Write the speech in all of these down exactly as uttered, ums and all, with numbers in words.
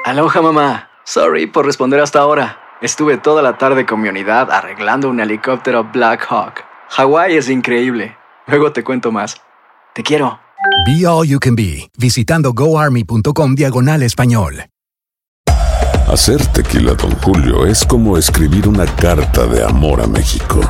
Aloha, mamá. Sorry por responder hasta ahora. Estuve toda la tarde con mi unidad arreglando un helicóptero Black Hawk. Hawái es increíble. Luego te cuento más. Te quiero. Be All You Can Be, visitando goarmy.com diagonal español. Hacer tequila Don Julio es como escribir una carta de amor a México.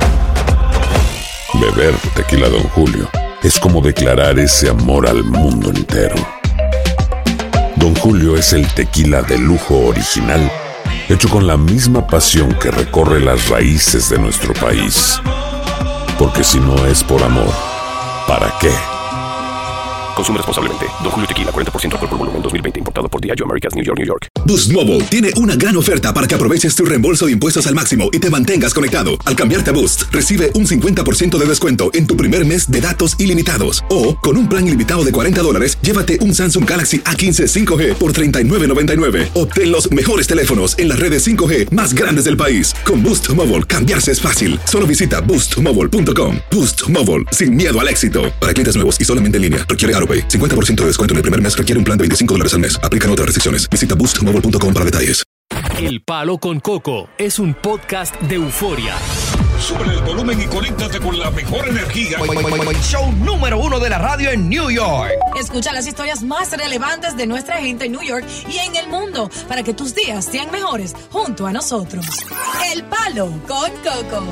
Beber tequila Don Julio es como declarar ese amor al mundo entero. Don Julio es el tequila de lujo original, hecho con la misma pasión que recorre las raíces de nuestro país. Porque si no es por amor, ¿para qué? Consume responsablemente. Don Julio Tequila, cuarenta por ciento alcohol por volumen, dos mil veinte. Importado por Diageo Americas, New York, New York. Boost Mobile tiene una gran oferta para que aproveches tu reembolso de impuestos al máximo y te mantengas conectado. Al cambiarte a Boost, recibe un cincuenta por ciento de descuento en tu primer mes de datos ilimitados. O, con un plan ilimitado de cuarenta dólares, llévate un Samsung Galaxy A quince cinco G por treinta y nueve noventa y nueve. Obtén los mejores teléfonos en las redes cinco G más grandes del país. Con Boost Mobile, cambiarse es fácil. Solo visita boost mobile punto com. Boost Mobile, sin miedo al éxito. Para clientes nuevos y solamente en línea, requiere AutoPay. cincuenta por ciento de descuento en el primer mes requiere un plan de veinticinco dólares al mes. Aplican otras restricciones. Visita boost mobile punto com para detalles. El Palo con Coco es un podcast de euforia. Sube el volumen y conéctate con la mejor energía. Show número uno de la radio en New York. Escucha las historias más relevantes de nuestra gente en New York y en el mundo para que tus días sean mejores junto a nosotros. El Palo con Coco.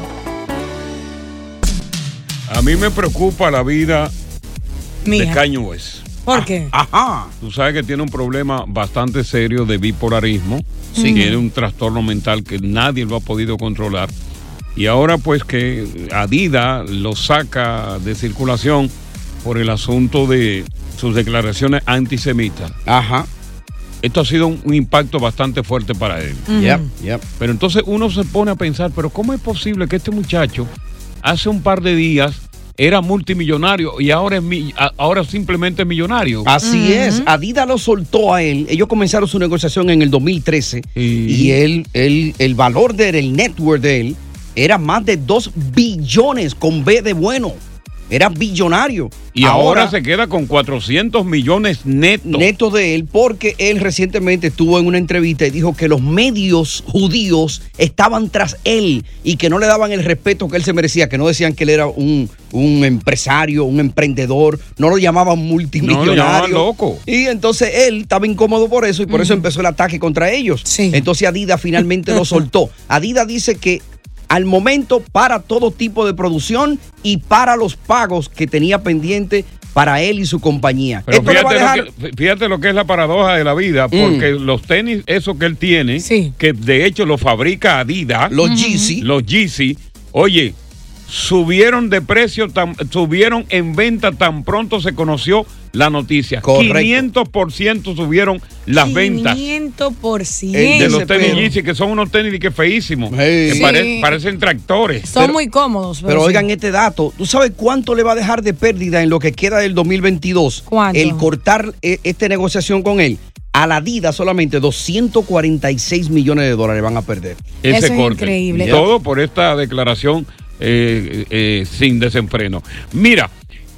A mí me preocupa la vida Mía. de Kanye West. ¿Por qué? Ajá. Tú sabes que tiene un problema bastante serio de bipolarismo. Sí. Tiene un trastorno mental que nadie lo ha podido controlar. Y ahora pues que Adidas lo saca de circulación por el asunto de sus declaraciones antisemitas. Ajá. Esto ha sido un, un impacto bastante fuerte para él. Uh-huh. Yep, yep. Pero entonces uno se pone a pensar, pero ¿cómo es posible que este muchacho hace un par de días era multimillonario y ahora es mi, ahora simplemente es millonario? Así Uh-huh. es, Adidas lo soltó a él. Ellos comenzaron su negociación en el dos mil trece y, y él, él, el valor del network de él era más de dos billones con B de bueno. Era billonario. Y ahora, ahora se queda con cuatrocientos millones netos. Netos de él, porque él recientemente estuvo en una entrevista y dijo que los medios judíos estaban tras él y que no le daban el respeto que él se merecía, que no decían que él era un, un empresario, un emprendedor, no lo llamaban multimillonario. No, lo llamaban loco. Y entonces él estaba incómodo por eso y por uh-huh. eso empezó el ataque contra ellos. Sí. Entonces Adidas finalmente lo soltó. Adidas dice que al momento para todo tipo de producción y para los pagos que tenía pendiente para él y su compañía. Pero Esto fíjate, dejar... lo que, fíjate lo que es la paradoja de la vida, porque mm. los tenis, esos que él tiene, sí. que de hecho los fabrica Adidas, los Yeezy, los Yeezy, oye, subieron de precio, tan, subieron en venta tan pronto se conoció la noticia. Correcto. quinientos por ciento subieron las ventas. quinientos por ciento. De los tenis Yeezy, que son unos tenis que feísimos. Hey. Que sí. pare, parecen tractores. Son pero, muy cómodos. Pero, pero sí. oigan este dato. ¿Tú sabes cuánto le va a dejar de pérdida en lo que queda del dos mil veintidós? ¿Cuánto? El cortar eh, esta negociación con él. A la Adidas solamente doscientos cuarenta y seis millones de dólares van a perder. Ese Eso corte. Es increíble. Todo por esta declaración eh, eh, sin desenfreno. Mira,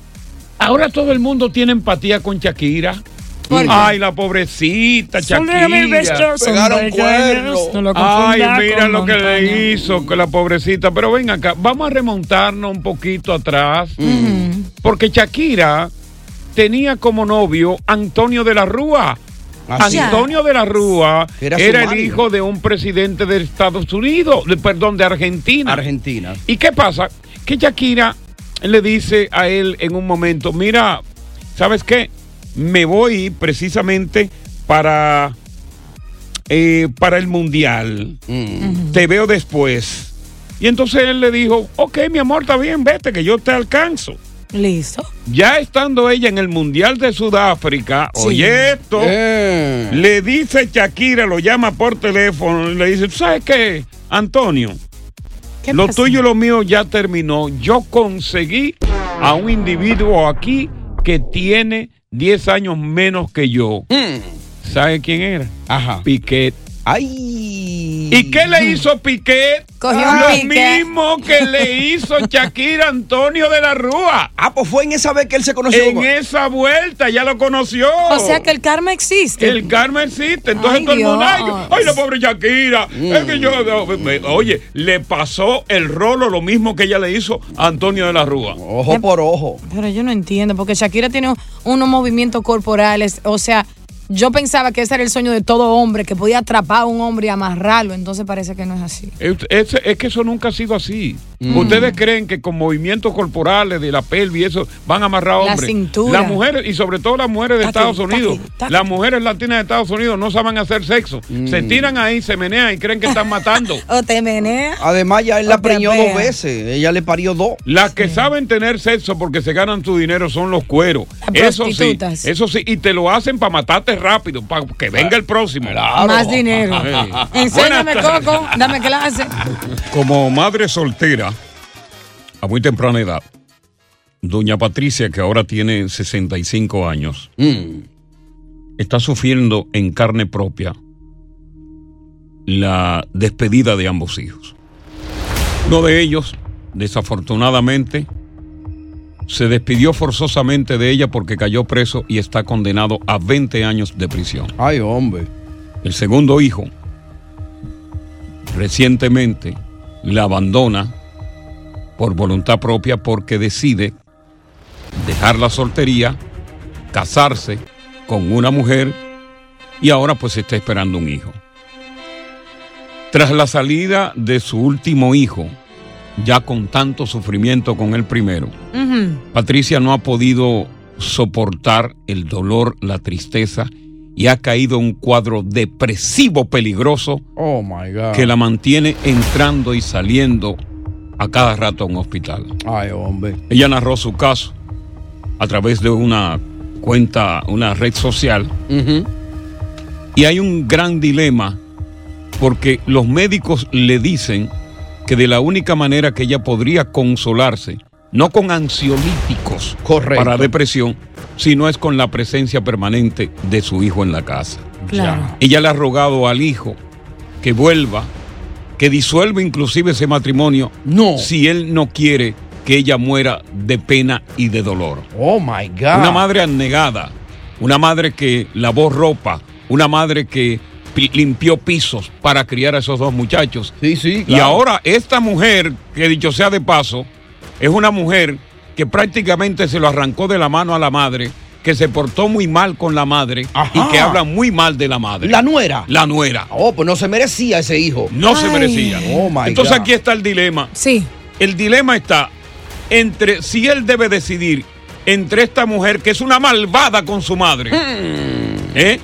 ahora todo el mundo tiene empatía con Shakira. Ay, la pobrecita Shakira. Pegaron cuernos. No Ay, mira lo que le hizo con la pobrecita. Pero ven acá, vamos a remontarnos un poquito atrás. Uh-huh. Porque Shakira tenía como novio Antonio de la Rúa. Así. Antonio de la Rúa era, era el hijo de un presidente de Estados Unidos, de, perdón, de Argentina. Argentina. ¿Y qué pasa? Que Shakira le dice a él en un momento, mira, ¿sabes qué? Me voy precisamente para, eh, para el Mundial. Mm. Te veo después. Y entonces él le dijo, ok, mi amor, está bien, vete, que yo te alcanzo. Listo. Ya estando ella en el Mundial de Sudáfrica, sí. Oye esto, eh. le dice Shakira, lo llama por teléfono y le dice, ¿sabes qué, Antonio? ¿Qué lo pasó? Tuyo y lo mío ya terminó. Yo conseguí a un individuo aquí que tiene diez años menos que yo. Mm. ¿Sabe quién era? Ajá. Piquet. ¡Ay! ¿Y qué le hizo Piqué? Cogió Lo un pique. mismo que le hizo Shakira Antonio de la Rúa. Ah, pues fue en esa vez que él se conoció. En esa vuelta ya lo conoció. O sea que el karma existe. El karma existe. Entonces Ay, todo el mundo, ay, Dios. ay, la pobre Shakira. Mm. Es que yo, no, me- oye, le pasó el rolo lo mismo que ella le hizo a Antonio de la Rúa. Ojo por ojo. Pero yo no entiendo, porque Shakira tiene unos movimientos corporales, o sea, yo pensaba que ese era el sueño de todo hombre, que podía atrapar a un hombre y amarrarlo, entonces parece que no es así. Es, es- es que eso nunca ha sido así. Mm. Ustedes creen que con movimientos corporales de la pelvis y eso van a amarrar a La hombres. cintura. Las mujeres, y sobre todo las mujeres de Taqui, Estados taqui, Unidos, taqui. las mujeres latinas de Estados Unidos no saben hacer sexo. Mm. Se tiran ahí, se menean y creen que están matando. O te menea. Además, ya él la O te preñó apea. dos veces. Ella le parió dos. Las que saben tener sexo porque se ganan su dinero son los cueros. Las Eso sí, prostitutas. eso sí, y te lo hacen para matarte rápido, para que venga el próximo. Más dinero. Hey. Enséñame, Buenas Coco, dame clase. Como madre soltera, a muy temprana edad, doña Patricia, que ahora tiene sesenta y cinco años, Mm. está sufriendo en carne propia la despedida de ambos hijos. Uno de ellos, desafortunadamente, se despidió forzosamente de ella porque cayó preso y está condenado a veinte años de prisión. Ay, hombre. El segundo hijo, recientemente, la abandona por voluntad propia porque decide dejar la soltería, casarse con una mujer y ahora pues está esperando un hijo. Tras la salida de su último hijo, ya con tanto sufrimiento con el primero, Ujú. Patricia no ha podido soportar el dolor, la tristeza y ha caído en un cuadro depresivo peligroso Oh, my God. que la mantiene entrando y saliendo a cada rato a un hospital. Ay, hombre. Ella narró su caso a través de una cuenta, una red social, Ujú. y hay un gran dilema porque los médicos le dicen que de la única manera que ella podría consolarse, no con ansiolíticos Correcto. para depresión, sino es con la presencia permanente de su hijo en la casa. Claro. Ella le ha rogado al hijo que vuelva, que disuelva inclusive ese matrimonio, No. si él no quiere que ella muera de pena y de dolor. Oh, my God. Una madre abnegada, una madre que lavó ropa, una madre que pi- limpió pisos para criar a esos dos muchachos. Sí, sí, Y claro. ahora esta mujer, que dicho sea de paso, es una mujer que prácticamente se lo arrancó de la mano a la madre, que se portó muy mal con la madre Ajá. y que habla muy mal de la madre. La nuera. La nuera. Oh, pues no se merecía ese hijo. No se Ay. merecía. Oh, my Entonces God. aquí está el dilema. Sí. El dilema está entre si él debe decidir entre esta mujer que es una malvada con su madre, ¿eh?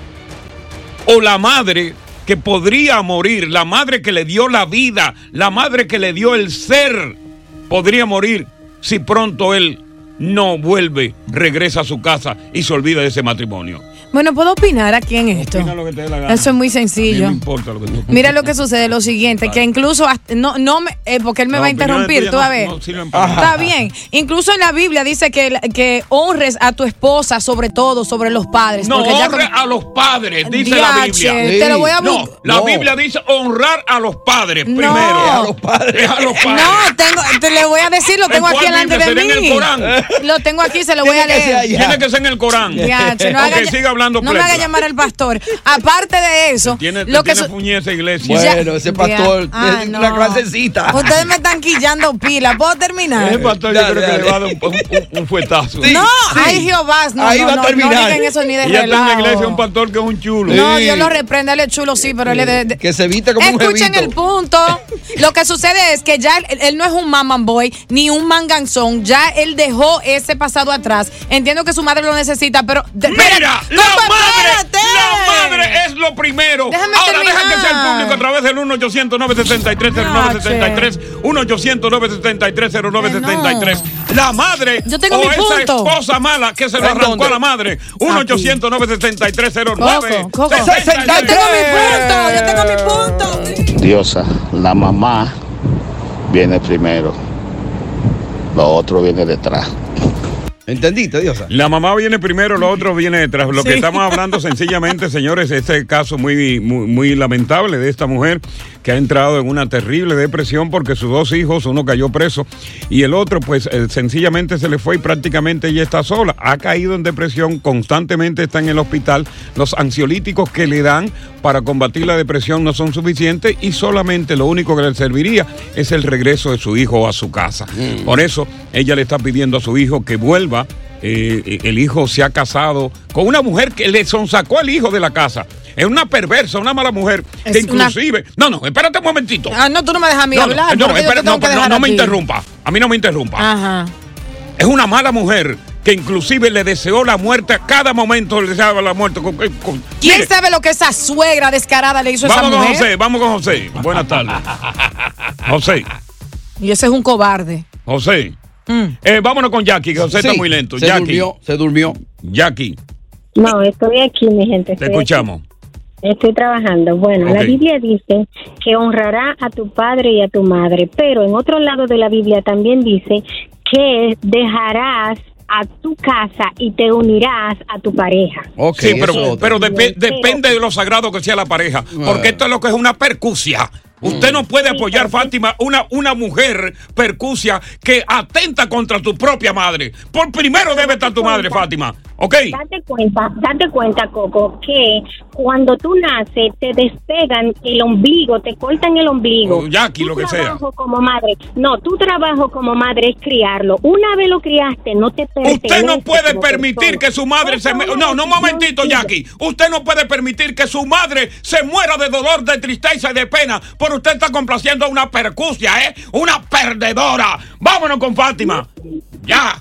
o la madre que podría morir, la madre que le dio la vida, la madre que le dio el ser, podría morir si pronto él no vuelve, regresa a su casa y se olvida de ese matrimonio. Bueno, ¿puedo opinar aquí en esto? Opina lo que te dé la gana. Eso es muy A mí sencillo. no importa lo que tú- Mira lo que sucede, lo siguiente, que incluso hasta- no, no me, eh, porque él me Las va a opiniones interrumpir, tuyas tú a no- ver. no sirven para nada. Está bien. Incluso en la Biblia dice que, que honres a tu esposa sobre todo, sobre los padres. No, porque ya honre como- a los padres, dice la Diache, Biblia. te lo voy a No, buscar. la No. Biblia dice honrar a los padres No. primero. A los padres. Es a los padres. No, tengo, te le voy a decir, lo ¿En tengo aquí cuál delante Biblia? de ¿Será en mí. el Corán? Lo tengo aquí, se lo voy a Tiene que ser leer. allá. Tiene que ser en el Corán. Diache, no Ok, haga- siga hablando no me pleca. haga llamar al pastor. Aparte de eso, Tiene, lo que tiene su- fuñe esa iglesia. Ya- Bueno, ese pastor Ah, es no. una clasecita. Ustedes me están quillando pila. ¿Puedo terminar? Ese pastor yo Dale, creo que dale. le va a dar un, un- un fuetazo. Sí. No, sí. ay Jehová, no, Ahí no, va a no, terminar. no digan eso ni de Ella está en una relajo. iglesia, un pastor que es un chulo. No, Sí. Dios lo reprenda, él es chulo, sí, pero él es de, de- Que se viste como un Escuchen jevito. el punto. Lo que sucede es que ya él, él no es un maman boy ni un manganzón. Ya él dejó ese pasado atrás. Entiendo que su madre lo necesita, pero. de- Mira, espérate, la Coco, madre, espérate. la madre es lo primero. Déjame Ahora deja terminar. que sea el público a través del uno ochocientos nueve setenta y tres cero nueve setenta y tres, uno ochocientos nueve setenta y tres cero nueve setenta y tres. La madre Yo tengo o mi esa punto. esposa mala que se lo ¿En arrancó dónde? a la madre, uno ochocientos nueve setenta y tres cero nueve Coco, Coco. setenta y Yo tengo tres. mi punto, yo tengo mi punto. Diosa, la mamá viene primero, lo otro viene detrás. ¿Entendiste, Diosa? La mamá viene primero, lo otro viene detrás. Lo Sí. que estamos hablando sencillamente, señores, este caso muy, muy, muy lamentable de esta mujer que ha entrado en una terrible depresión porque sus dos hijos, uno cayó preso y el otro pues eh, sencillamente se le fue y prácticamente ella está sola. Ha caído en depresión, constantemente está en el hospital. Los ansiolíticos que le dan para combatir la depresión no son suficientes y solamente lo único que le serviría es el regreso de su hijo a su casa. Mm. Por eso ella le está pidiendo a su hijo que vuelva. Eh, el hijo se ha casado con una mujer que le sonsacó al hijo de la casa. Es una perversa, una mala mujer Es que inclusive... Una... No, no, espérate un momentito. Ah, no, tú no me dejas a mí no, hablar. No, no, porque yo espera, te tengo no, que no, dejar no a me ti. interrumpa. A mí no me interrumpa. Ajá. Es una mala mujer que inclusive le deseó la muerte a cada momento, le deseaba la muerte. Con, con... ¿Quién Mire, sabe lo que esa suegra descarada le hizo a esa vamos mujer? con José, vamos con José. Buenas tardes. José, Y ese es un cobarde. José. Mm. Eh, vámonos con Jackie, que José Sí, está muy lento. se Jackie. durmió, se durmió. Jackie, No, estoy aquí, mi gente. te estoy escuchamos. aquí. Estoy trabajando. Bueno, Ok. la Biblia dice que honrará a tu padre y a tu madre, pero en otro lado de la Biblia también dice que dejarás a tu casa y te unirás a tu pareja. Okay, sí, pero, pero depe- depende de lo sagrado que sea la pareja, porque esto es lo que es una percusia. Usted no puede apoyar, Fátima, una, una mujer percusia que atenta contra tu propia madre. Por primero debe estar tu madre, Fátima. ¿Ok? Date cuenta, date cuenta, Coco, que cuando tú naces te despegan el ombligo, te cortan el ombligo. Oh, Jackie, Tu lo que sea. trabajo como madre, no, tu trabajo como madre es criarlo. Una vez lo criaste, no te pertenece. Usted no puede como permitir persona. que su madre se... me- No, no, un momentito, Jackie. Usted no puede permitir que su madre se muera de dolor, de tristeza y de pena, por usted está complaciendo a una percusia, ¿eh? Una perdedora. Vámonos con Fátima. Ya.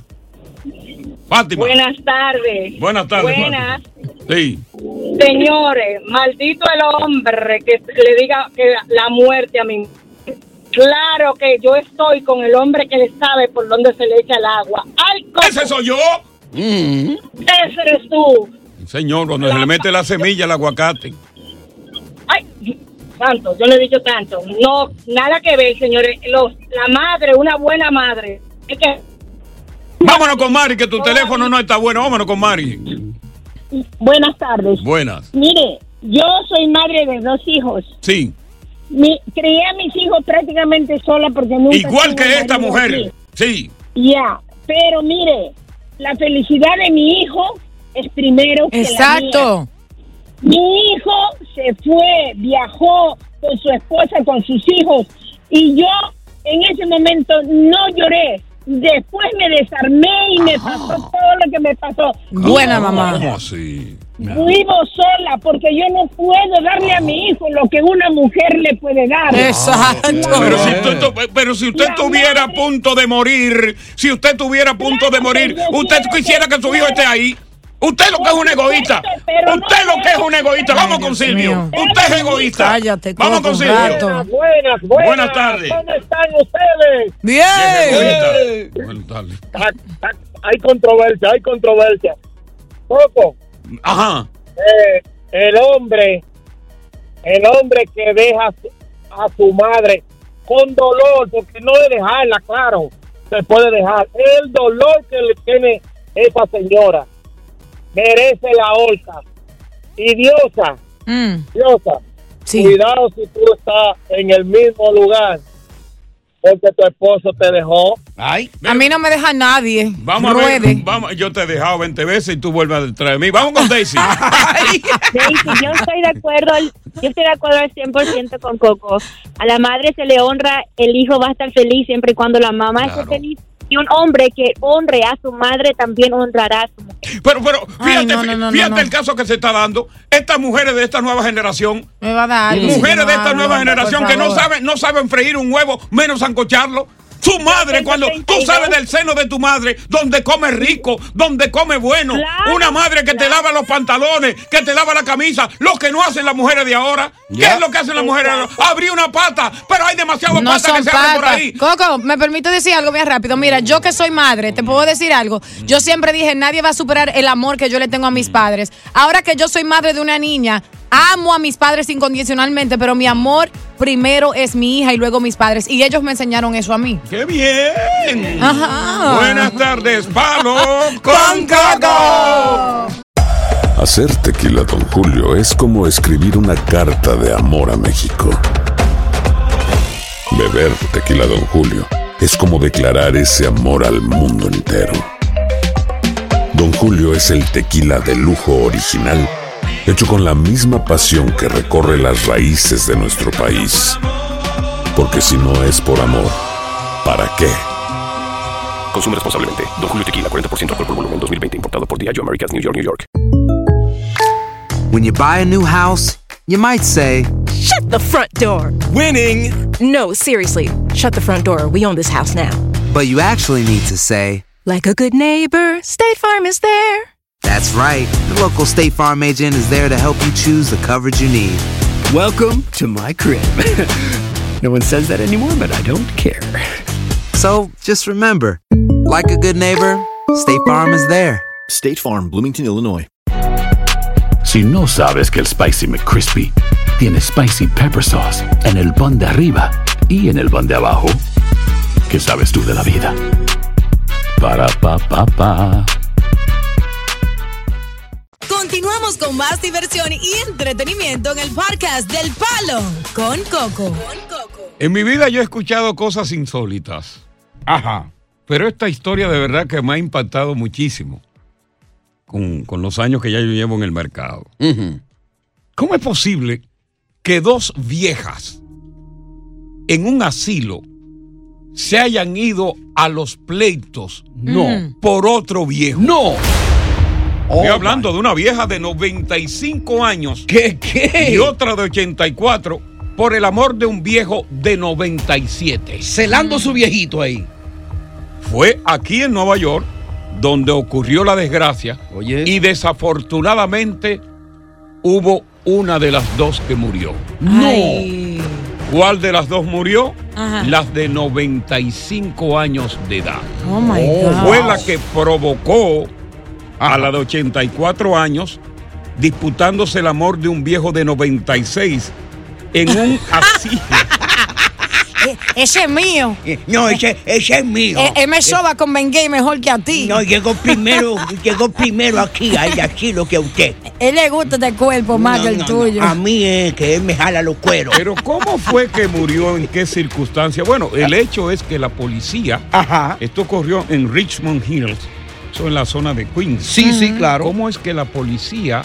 Fátima. Buenas tardes. Buenas tardes, Buenas. Fátima. Sí. Señores, maldito el hombre que le diga que la muerte a mí. Claro que yo estoy con el hombre que le sabe por dónde se le echa el agua. ¡Ay, Coco! ¿Ese soy yo? Ese eres tú. Señor, cuando se le mete la semilla al aguacate. Ay, tanto, yo le he dicho tanto. No, nada que ver, señores. Los, la madre, una buena madre. Es que Vámonos con Mari, que tu teléfono no está bueno. Vámonos con Mari. Buenas tardes. Buenas. Mire, yo soy madre de dos hijos. Sí. Mi, crié a mis hijos prácticamente sola porque nunca... Igual tuve que esta marido mujer. aquí. Sí. Ya, pero mire, la felicidad de mi hijo es primero que Exacto. la mía. Mi hijo se fue, viajó con su esposa, con sus hijos, y yo en ese momento no lloré. Después me desarmé y me pasó todo lo que me pasó. Buena mamá. ¿Cómo así? Vivo sola porque yo no puedo darle a mi hijo lo que una mujer le puede dar. Exacto. Pero si, tú- tú- pero si usted estuviera a punto de morir, si usted estuviera a punto de morir, usted quisiera que su hijo esté ahí. Usted lo que es un egoísta. Usted lo que es un egoísta. Vamos con Silvio. Usted es egoísta. Cállate, Vamos con Coco, Silvio. gato. buenas, buenas. Buenas tardes. ¿Cómo están ustedes? Bien. Buenas tardes. Ah, ah, Hay controversia, hay controversia. Coco, Ajá. eh, el hombre, el hombre que deja a su madre con dolor, porque no es dejarla, claro, se puede dejar. El dolor que le tiene esa señora merece la horca. Y Diosa, Mm. Diosa, Sí. cuidado si tú estás en el mismo lugar porque tu esposo te dejó. Ay. A mí no me deja nadie. Vamos a Ruede. ver. Vamos, yo te he dejado veinte veces y tú vuelves detrás de mí. Vamos con Daisy. Daisy, yo estoy de acuerdo, al- yo estoy de acuerdo al cien por ciento con Coco. A la madre se le honra, el hijo va a estar feliz siempre y cuando la mamá esté feliz. Y un hombre que honre a su madre también honrará a su mujer. Pero, pero, fíjate, Ay, no, no, no, fíjate no, no. el caso que se está dando. Estas mujeres de esta nueva generación, Me va a dar algo. si mujeres yo no de esta hablo, nueva por generación que no favor. saben, no saben freír un huevo, menos zancocharlo. Su madre, cuando tú sales del seno de tu madre, donde come rico, donde come bueno, Claro, una madre que te lava los pantalones, que te lava la camisa, lo que no hacen las mujeres de ahora. ¿Qué Ya. es lo que hacen las mujeres de ahora? Abrir una pata, pero hay demasiadas No patas que son se abren por patas. ahí. Coco, me permite decir algo bien rápido. Mira, yo que soy madre, te puedo decir algo. Yo siempre dije, nadie va a superar el amor que yo le tengo a mis padres. Ahora que yo soy madre de una niña, amo a mis padres incondicionalmente, pero mi amor primero es mi hija y luego mis padres. Y ellos me enseñaron eso a mí. ¡Qué bien! Ajá. Buenas tardes, Palo con Coco. Hacer tequila Don Julio es como escribir una carta de amor a México. Beber tequila Don Julio es como declarar ese amor al mundo entero. Don Julio es el tequila de lujo original, hecho con la misma pasión que recorre las raíces de nuestro país. Porque si no es por amor, ¿para qué? Consume responsablemente. Don Julio Tequila, cuarenta por ciento alcohol por volumen, dos mil veinte. Importado por Diageo Americas, New York, New York. When you buy a new house, you might say, "Shut the front door." Winning. No, seriously. Shut the front door. We own this house now. But you actually need to say, like a good neighbor, State Farm is there. That's right. The local State Farm agent is there to help you choose the coverage you need. Welcome to my crib. No one says that anymore, but I don't care. So just remember, like a good neighbor, State Farm is there. State Farm, Bloomington, Illinois. Si no sabes que el Spicy McCrispy tiene Spicy Pepper Sauce en el pan de arriba y en el pan de abajo, ¿qué sabes tú de la vida? Para, pa, pa, pa. Continuamos con más diversión y entretenimiento en el podcast del Palo con Coco. En mi vida yo he escuchado cosas insólitas. Ajá. Pero esta historia de verdad que me ha impactado muchísimo con, con los años que ya yo llevo en el mercado. Uh-huh. ¿Cómo es posible que dos viejas en un asilo se hayan ido a los pleitos No. por otro viejo? No. Estoy Oh, hablando de una vieja de noventa y cinco años. ¿Qué, qué? Y otra de ochenta y cuatro por el amor de un viejo de noventa y siete. Celando su viejito ahí. Fue aquí en Nueva York donde ocurrió la desgracia. Oye. Y desafortunadamente hubo una de las dos que murió. No. Ay. ¿Cuál de las dos murió? Ajá. Las de noventa y cinco años de edad. Oh my God. Fue la que provocó a la de ochenta y cuatro años disputándose el amor de un viejo de noventa y seis en un asilo. Ese es mío. No, ese, ese es mío. Él, él me soba con Bengay mejor que a ti. No, llegó primero, llegó primero aquí, al asilo que a usted. Él le gusta este cuerpo más No, que el no, tuyo. no. A mí es que él me jala los cueros. Pero ¿cómo fue que murió? ¿En qué circunstancia? Bueno, el hecho es que la policía, Ajá. esto ocurrió en Richmond Hills, eso en la zona de Queens. Sí, sí, claro. ¿Cómo es que la policía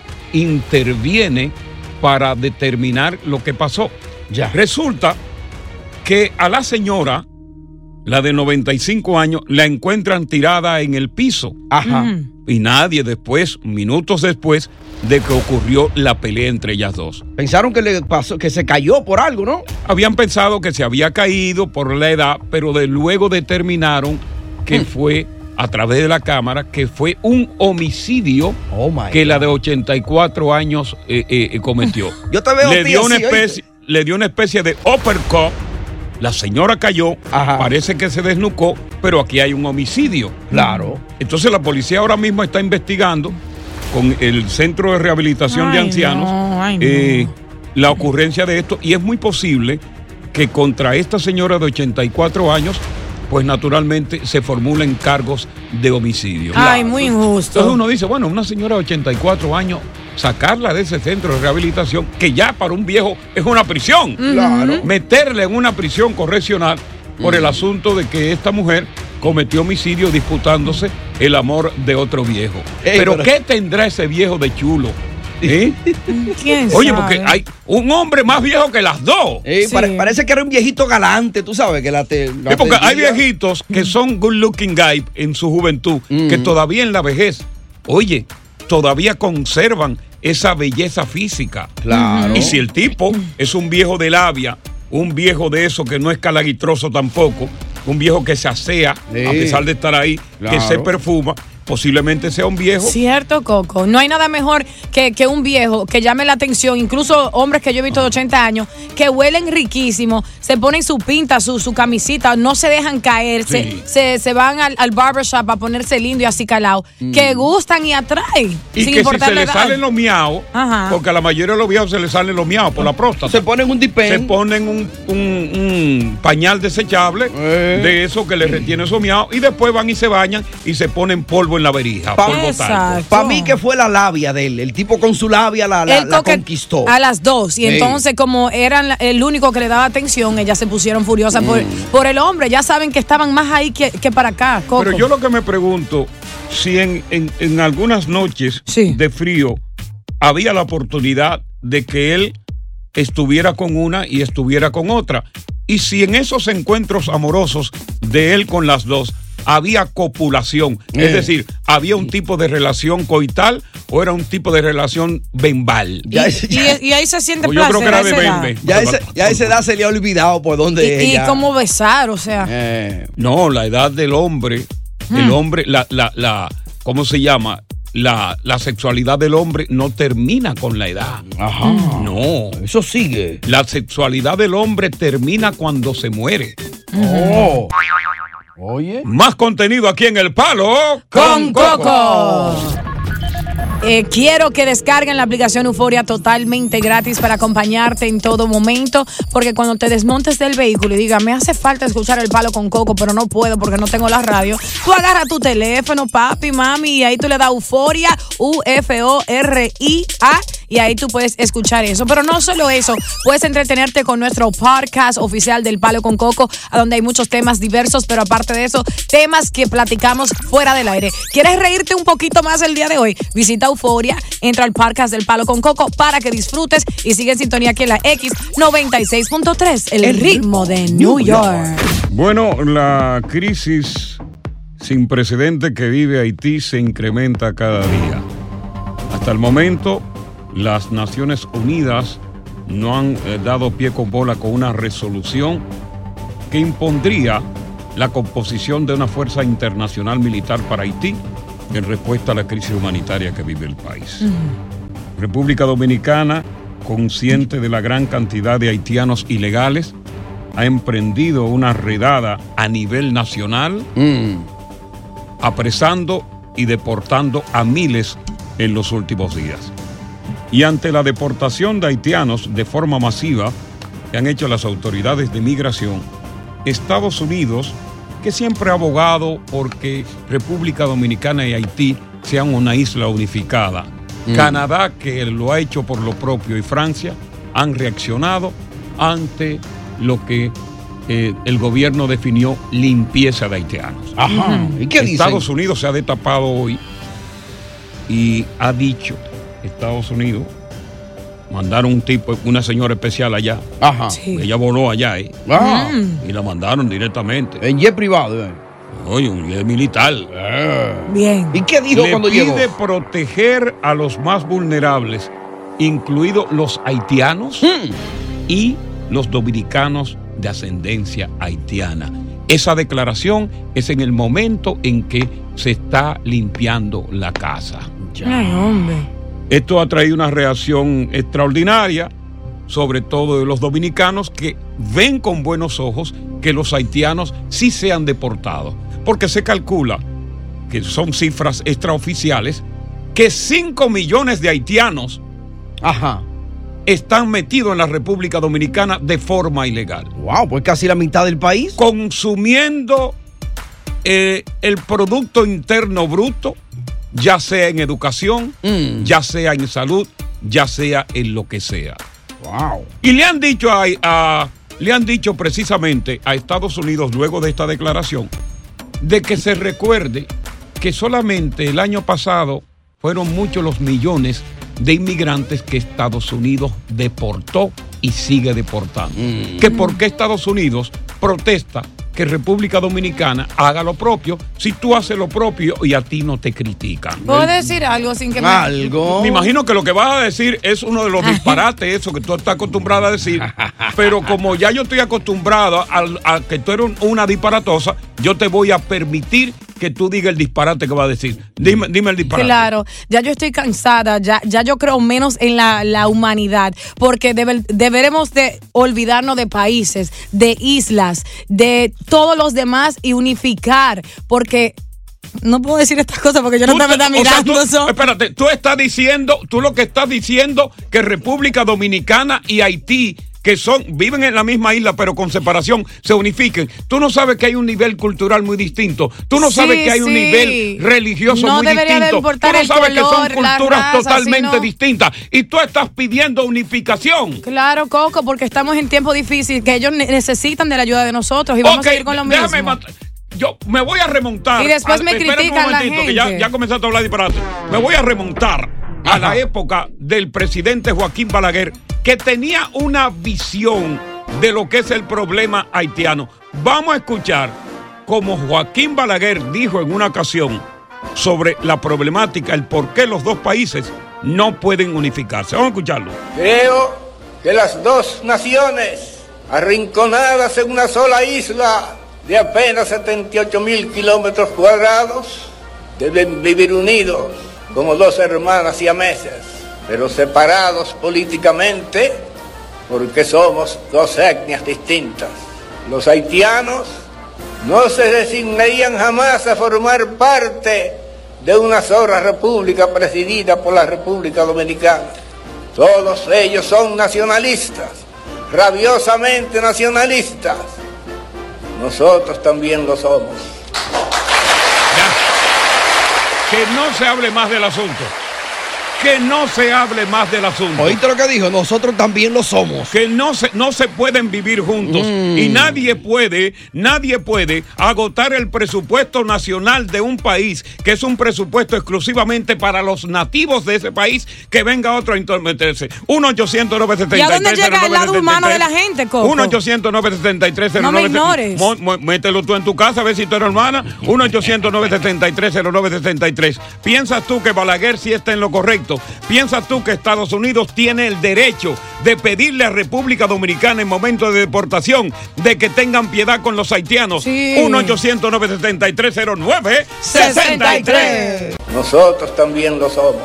interviene para determinar lo que pasó? Ya. Resulta que a la señora, la de noventa y cinco años, la encuentran tirada en el piso. Ajá. Mm. Y nadie después, minutos después de que ocurrió la pelea entre ellas dos. Pensaron que le pasó, que se cayó por algo, ¿no? Habían pensado que se había caído por la edad, pero de luego determinaron que Hmm. fue, a través de la cámara, que fue un homicidio Oh my que God. la de ochenta y cuatro años eh, eh, cometió. Yo te veo le a ti dio una así, especie, le dio una especie de uppercut. La señora cayó, Ajá. parece que se desnucó, pero aquí hay un homicidio. Claro. Entonces la policía ahora mismo está investigando con el Centro de Rehabilitación de Ay, Ancianos no, ay, eh, no. la ocurrencia de esto, y es muy posible que contra esta señora de ochenta y cuatro años, pues naturalmente se formulen cargos de homicidio. Ay, muy injusto. Entonces uno dice, bueno, una señora de ochenta y cuatro años, sacarla de ese centro de rehabilitación, que ya para un viejo es una prisión. Claro. Meterla en una prisión correccional por el asunto de que esta mujer cometió homicidio disputándose el amor de otro viejo. Ey, pero, pero- ¿qué tendrá ese viejo de chulo? ¿Eh? ¿Quién Oye, sabe? porque hay un hombre más viejo que las dos. Eh, Sí. pare- parece que era un viejito galante, tú sabes, que la te, la Sí, porque hay atendía. viejitos que son good looking guys en su juventud, que todavía en la vejez, oye, todavía conservan esa belleza física. Claro. Y si el tipo es un viejo de labia, un viejo de eso que no es calaguitroso tampoco, un viejo que se asea, Sí. a pesar de estar ahí, Claro. que se perfuma, posiblemente sea un viejo. Cierto, Coco. No hay nada mejor que, que un viejo que llame la atención, incluso hombres que yo he visto de ochenta años, que huelen riquísimo, se ponen su pinta, su, su camisita, no se dejan caer, sí. se, se, se van al, al barbershop a ponerse lindo y así calado, mm. que gustan y atraen. Y sin que importar si se la le edad. salen los miaos, Ajá. porque a la mayoría de los viejos se les salen los miaos por la próstata. Se ponen un dipén. Se ponen un, un, un pañal desechable eh. de eso que les retiene esos miaos y después van y se bañan y se ponen polvo en la verija. Pa Para mí que fue la labia de él. El tipo con su labia la, la, la conquistó. A las dos. Y sí. entonces, como eran el único que le daba atención, ellas se pusieron furiosas mm. por, por el hombre. Ya saben que estaban más ahí que, que para acá, Coco. Pero yo lo que me pregunto, si en, en, en algunas noches sí. de frío había la oportunidad de que él estuviera con una y estuviera con otra. Y si en esos encuentros amorosos de él con las dos había copulación, eh. es decir, había un tipo de relación coital o era un tipo de relación bembal. Y, y, y ahí se siente pues placer. Yo creo que era de bembe. Ya, ese, ya a esa edad se le ha olvidado por dónde y, ella. Y cómo besar, o sea. Eh. No, la edad del hombre, mm. el hombre, la, la, la, ¿cómo se llama? La, la sexualidad del hombre no termina con la edad. Ajá. No. Eso sigue. La sexualidad del hombre termina cuando se muere. Oh. Oye. Más contenido aquí en El Palo con Coco. Eh, quiero que descarguen la aplicación Euforia totalmente gratis para acompañarte en todo momento, porque cuando te desmontes del vehículo y digas, me hace falta escuchar El Palo con Coco, pero no puedo porque no tengo la radio, tú agarras tu teléfono, papi, mami, y ahí tú le das Euforia, U F O R I A, y ahí tú puedes escuchar eso. Pero no solo eso, puedes entretenerte con nuestro podcast oficial del Palo con Coco, a donde hay muchos temas diversos, pero aparte de eso, temas que platicamos fuera del aire. ¿Quieres reírte un poquito más el día de hoy? Visita Euforia, entra al podcast del Palo con Coco para que disfrutes y sigue en sintonía aquí en la X noventa y seis punto tres, el, el ritmo de New York. Bueno, la crisis sin precedente que vive Haití se incrementa cada día. Hasta el momento, las Naciones Unidas no han eh, dado pie con bola con una resolución que impondría la composición de una fuerza internacional militar para Haití en respuesta a la crisis humanitaria que vive el país. Uh-huh. República Dominicana, consciente de la gran cantidad de haitianos ilegales, ha emprendido una redada a nivel nacional, mm. apresando y deportando a miles en los últimos días. Y ante la deportación de haitianos de forma masiva que han hecho las autoridades de migración, Estados Unidos, que siempre ha abogado porque República Dominicana y Haití sean una isla unificada, mm. Canadá, que lo ha hecho por lo propio, y Francia han reaccionado ante lo que eh, el gobierno definió limpieza de haitianos. Ajá. ¿Y qué dicen? Estados Unidos se ha destapado hoy y ha dicho, Estados Unidos, mandaron un tipo, una señora especial allá. Ajá. Sí. Ella voló allá, ¿eh? Ah. Y la mandaron directamente. En jet privado, ¿eh? Oye, un jet militar. Ah. Bien. ¿Y qué dijo Le cuando llegó? pide proteger a los más vulnerables, incluidos los haitianos hmm. y los dominicanos de ascendencia haitiana. Esa declaración es en el momento en que se está limpiando la casa. Ay, hombre. Esto ha traído una reacción extraordinaria, sobre todo de los dominicanos, que ven con buenos ojos que los haitianos sí sean deportados, porque se calcula, que son cifras extraoficiales, que cinco millones de haitianos Ajá. están metidos en la República Dominicana de forma ilegal. Wow, pues casi la mitad del país. Consumiendo eh, el Producto Interno Bruto, ya sea en educación, mm. ya sea en salud, ya sea en lo que sea. Wow. Y le han dicho a, a le han dicho precisamente a Estados Unidos, luego de esta declaración, de que se recuerde que solamente el año pasado fueron muchos los millones de inmigrantes que Estados Unidos deportó y sigue deportando. Mm. Que por qué Estados Unidos protesta que República Dominicana haga lo propio si tú haces lo propio y a ti no te critican. ¿Puedo decir algo sin que me... Algo. Me imagino que lo que vas a decir es uno de los disparates, eso que tú estás acostumbrada a decir, pero como ya yo estoy acostumbrado a, a que tú eres una disparatosa, yo te voy a permitir que tú digas el disparate que va a decir. Dime, dime el disparate. Claro, ya yo estoy cansada, ya, ya yo creo menos en la, la humanidad, porque debe, deberemos de olvidarnos de países, de islas, de todos los demás y unificar, porque no puedo decir estas cosas porque yo no te, me está mirando. O sea, tú, espérate, tú estás diciendo, tú lo que estás diciendo que República Dominicana y Haití, que son, viven en la misma isla pero con separación, se unifiquen. Tú no sabes que hay un nivel cultural muy distinto. Tú no Sí, sabes que hay un sí. nivel religioso No muy debería de distinto. importar Tú no el sabes que son color, la culturas raza, totalmente sino- distintas. Y tú estás pidiendo unificación. Claro, Coco, porque estamos en tiempo difícil, que ellos ne- necesitan de la ayuda de nosotros y vamos Ok, a seguir con lo mismo. déjame mat- Yo me voy a remontar. Y después a- me espera un critican la momentito, que ya, gente. ya comenzaste a hablar disparate. Me voy a remontar a la época del presidente Joaquín Balaguer, que tenía una visión de lo que es el problema haitiano. Vamos a escuchar como Joaquín Balaguer dijo en una ocasión sobre la problemática, el por qué los dos países no pueden unificarse. Vamos a escucharlo. Creo que las dos naciones, arrinconadas en una sola isla de apenas setenta y ocho mil kilómetros cuadrados, deben vivir unidos como dos hermanas siameses, pero separados políticamente porque somos dos etnias distintas. Los haitianos no se resignarían jamás a formar parte de una sola república presidida por la República Dominicana. Todos ellos son nacionalistas, rabiosamente nacionalistas. Nosotros también lo somos. Que no se hable más del asunto. Que no se hable más del asunto. ¿Oíste lo que dijo? Nosotros también lo somos. Que no se, no se pueden vivir juntos. Mm. Y nadie puede, nadie puede agotar el presupuesto nacional de un país, que es un presupuesto exclusivamente para los nativos de ese país, que venga otro a intermeterse. uno ochocientos nueve setenta y ¿Y a tres dónde llega el lado humano de la gente, Coco? uno ochocientos nueve setenta y tres cero nueve. No me ignores. Mo- mo- Mételo tú en tu casa, a ver si tú eres hermana. uno ochocientos nueve setenta y tres cero nueve setenta y tres. ¿Piensas tú que Balaguer sí está en lo correcto? ¿Piensas tú que Estados Unidos tiene el derecho de pedirle a República Dominicana en momento de deportación de que tengan piedad con los haitianos? Sí. uno ochocientos nueve setenta y tres cero nueve sesenta y tres. Nosotros también lo somos.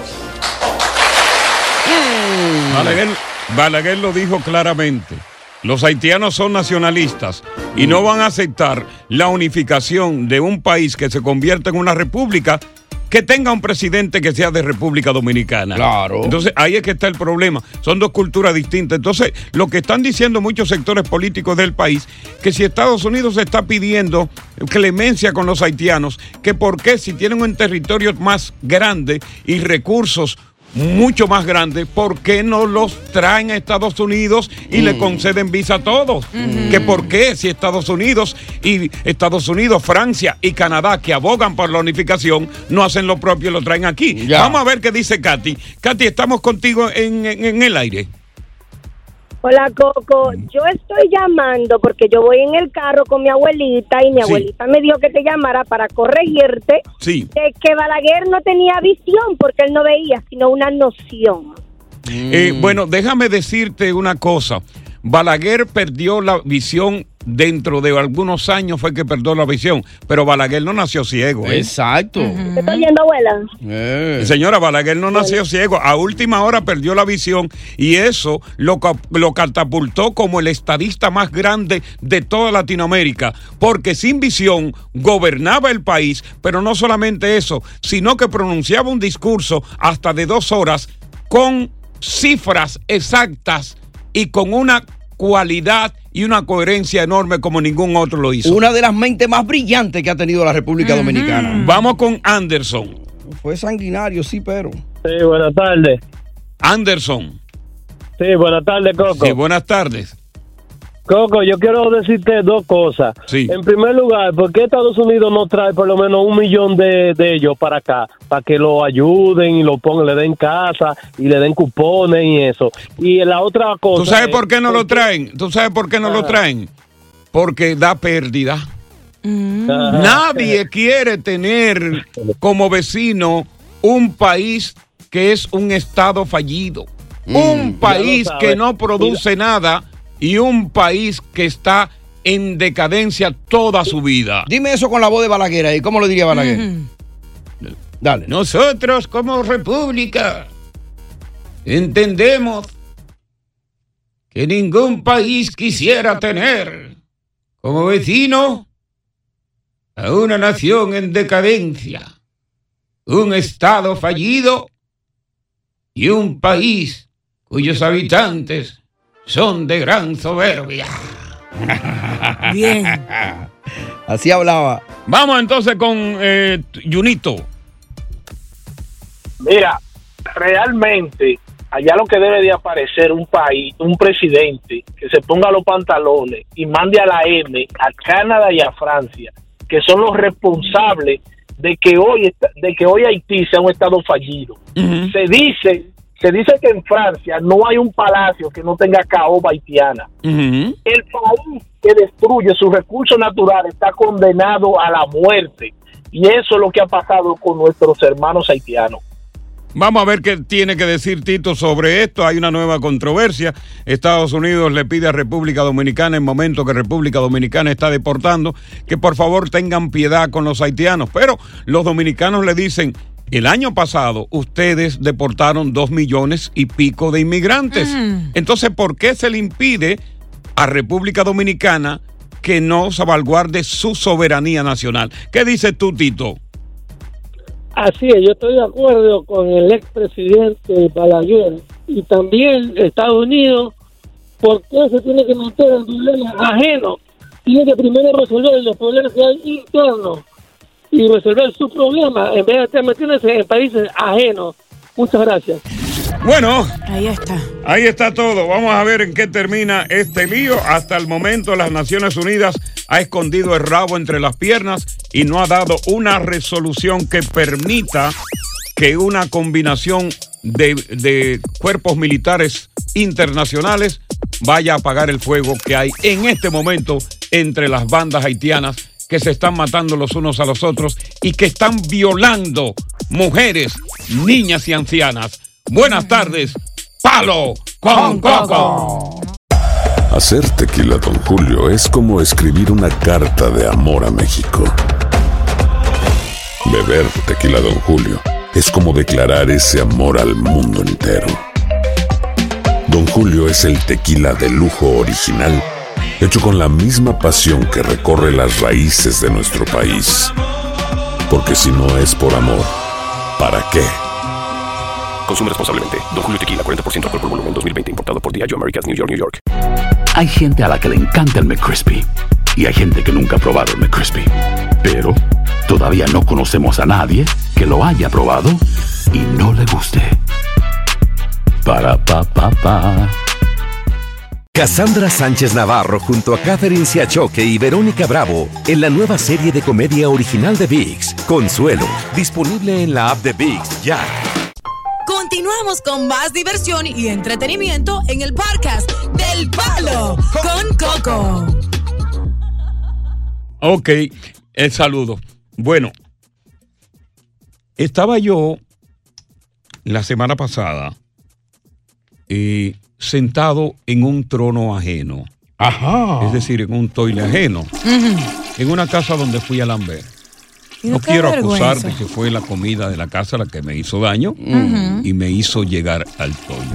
Balaguer, Balaguer lo dijo claramente. Los haitianos son nacionalistas y no van a aceptar la unificación de un país que se convierta en una república que tenga un presidente que sea de República Dominicana. Claro. Entonces, ahí es que está el problema. Son dos culturas distintas. Entonces, lo que están diciendo muchos sectores políticos del país, que si Estados Unidos está pidiendo clemencia con los haitianos, que por qué si tienen un territorio más grande y recursos mucho más grandes, ¿por qué no los traen a Estados Unidos y mm. le conceden visa a todos? Mm. ¿Que por qué si Estados Unidos y Estados Unidos, Francia y Canadá, que abogan por la unificación, no hacen lo propio y lo traen aquí? Ya. Vamos a ver qué dice Katy. Katy, estamos contigo en, en, en el aire. Hola, Coco. Yo estoy llamando porque yo voy en el carro con mi abuelita y mi Sí. abuelita me dijo que te llamara para corregirte Sí. de que Balaguer no tenía visión porque él no veía, sino una noción. Eh, bueno, déjame decirte una cosa. Balaguer perdió la visión dentro de algunos años, fue que perdió la visión, pero Balaguer no nació ciego. ¿eh? Exacto. ¿Te estoy oyendo, abuela? Eh. Señora, Balaguer no nació ciego, a última hora perdió la visión y eso lo, lo catapultó como el estadista más grande de toda Latinoamérica, porque sin visión gobernaba el país, pero no solamente eso, sino que pronunciaba un discurso hasta de dos horas con cifras exactas y con una cualidad y una coherencia enorme como ningún otro lo hizo. Una de las mentes más brillantes que ha tenido la República uh-huh. Dominicana. Vamos con Anderson. Fue sanguinario, sí, pero. Sí, buenas tardes. Anderson. Sí, buenas tardes, Coco. Sí, buenas tardes. Coco, yo quiero decirte dos cosas. Sí. En primer lugar, ¿por qué Estados Unidos no trae por lo menos un millón de, de ellos para acá? Para que lo ayuden y lo pongan, le den casa y le den cupones y eso. Y la otra cosa... ¿Tú sabes por qué no lo traen? ¿Tú sabes por qué no lo traen? Porque da pérdida. Mm. Nadie quiere tener como vecino un país que es un estado fallido. Mm. Un país que no produce nada y un país que está en decadencia toda su vida. Dime eso con la voz de Balaguer ahí. ¿Cómo lo diría Balaguer? Uh-huh. Dale. Nosotros como república entendemos que ningún país quisiera tener como vecino a una nación en decadencia, un estado fallido y un país cuyos habitantes son de gran soberbia. Bien. Así hablaba. Vamos entonces con eh, Junito. Mira, realmente allá lo que debe de aparecer un país, un presidente que se ponga los pantalones y mande a la M a Canadá y a Francia, que son los responsables de que hoy de que hoy Haití sea un estado fallido. Uh-huh. Se dice se dice que en Francia no hay un palacio que no tenga caoba haitiana. Uh-huh. El país que destruye sus recursos naturales está condenado a la muerte, y eso es lo que ha pasado con nuestros hermanos haitianos. Vamos a ver qué tiene que decir Tito sobre esto. Hay una nueva controversia. Estados Unidos le pide a República Dominicana, en momento que República Dominicana está deportando, que por favor tengan piedad con los haitianos. Pero los dominicanos le dicen, el año pasado ustedes deportaron dos millones y pico de inmigrantes. Uh-huh. Entonces, ¿por qué se le impide a República Dominicana que no salvaguarde su soberanía nacional? ¿Qué dices tú, Tito? Así es, yo estoy de acuerdo con el expresidente Balaguer, y también Estados Unidos. ¿Por qué se tiene que meter en problemas ajenos? Tiene que primero resolver los problemas que hay internos y resolver sus problemas en vez de estar metiéndose en países ajenos. Muchas gracias. Bueno, ahí está. Ahí está todo. Vamos a ver en qué termina este lío. Hasta el momento las Naciones Unidas ha escondido el rabo entre las piernas y no ha dado una resolución que permita que una combinación de, de cuerpos militares internacionales vaya a apagar el fuego que hay en este momento entre las bandas haitianas que se están matando los unos a los otros y que están violando mujeres, niñas y ancianas. Buenas tardes, Palo con Coco. Hacer tequila Don Julio es como escribir una carta de amor a México. Beber tequila Don Julio es como declarar ese amor al mundo entero. Don Julio es el tequila de lujo original, hecho con la misma pasión que recorre las raíces de nuestro país. Porque si no es por amor, ¿para qué? Consume responsablemente. Don Julio Tequila, cuarenta por ciento alcohol por volumen, dos mil veinte, importado por Diageo Americas, New York, New York. Hay gente a la que le encanta el McCrispy y hay gente que nunca ha probado el McCrispy. Pero todavía no conocemos a nadie que lo haya probado y no le guste. Para pa pa pa. Cassandra Sánchez Navarro junto a Catherine Siachoque y Verónica Bravo en la nueva serie de comedia original de ViX, Consuelo, disponible en la app de ViX ya. Continuamos con más diversión y entretenimiento en el podcast del Palo con Coco. Ok, el saludo. Bueno, estaba yo la semana pasada eh, sentado en un trono ajeno. Ajá. Es decir, en un toile ajeno. Uh-huh. En una casa donde fui a lamber. No quiero acusar de que fue la comida de la casa la que me hizo daño uh-huh. y me hizo llegar al toile.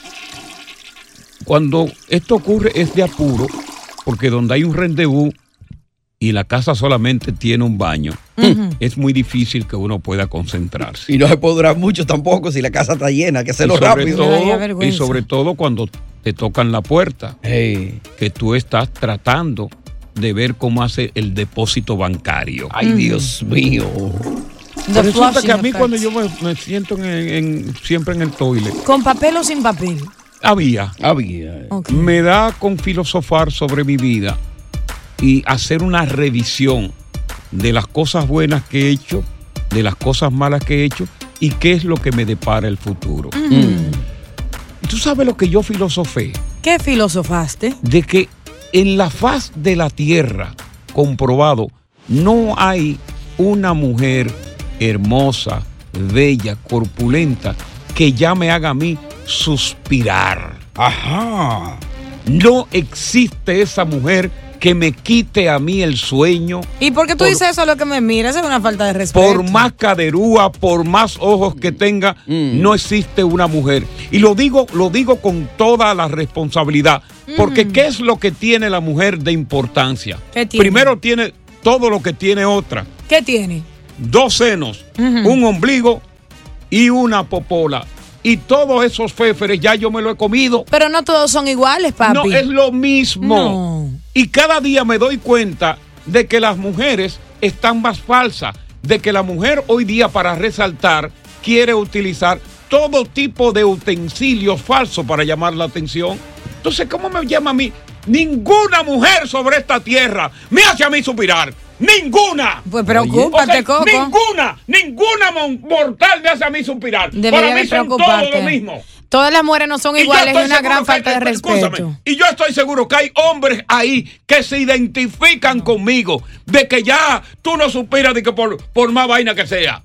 Cuando esto ocurre es de apuro, porque donde hay un rendezvous y la casa solamente tiene un baño, uh-huh. es muy difícil que uno pueda concentrarse. Y no se puede durar mucho tampoco si la casa está llena, hay que hacerlo rápido. Todo, y sobre todo cuando te tocan la puerta, hey. que tú estás tratando de ver cómo hace el depósito bancario. Ay, mm. Dios mío. Resulta que a mí cuando yo me, me siento en, en, siempre en el toile. ¿Con papel o sin papel? Había. Había. Okay. Me da con filosofar sobre mi vida y hacer una revisión de las cosas buenas que he hecho, de las cosas malas que he hecho y qué es lo que me depara el futuro. Mm. Mm. ¿Tú sabes lo que yo filosofé? ¿Qué filosofaste? De que en la faz de la tierra, comprobado, no hay una mujer hermosa, bella, corpulenta, que ya me haga a mí suspirar. Ajá. No existe esa mujer que me quite a mí el sueño. ¿Y por qué tú por, dices eso a lo que me miras? Es una falta de respeto. Por más caderúa, por más ojos que tenga, mm. no existe una mujer. Y lo digo, lo digo con toda la responsabilidad, porque mm. ¿qué es lo que tiene la mujer de importancia? ¿Qué tiene? Primero tiene todo lo que tiene otra. ¿Qué tiene? Dos senos, uh-huh. un ombligo y una popola. Y todos esos féferes ya yo me lo he comido. Pero no todos son iguales, papi. No, es lo mismo. No. Y cada día me doy cuenta de que las mujeres están más falsas, de que la mujer hoy día para resaltar quiere utilizar todo tipo de utensilios falsos para llamar la atención. Entonces, ¿cómo me llama a mí? Ninguna mujer sobre esta tierra me hace a mí suspirar. ¡Ninguna! Pues preocúpate, okay, Coco. Ninguna, ninguna mortal me hace a mí suspirar. Debería Para mí son todos lo mismo. Todas las mujeres no son iguales, es una gran falta hay, de respeto. Escúchame, y yo estoy seguro que hay hombres ahí que se identifican no. conmigo, de que ya tú no suspiras de que por, por más vaina que sea.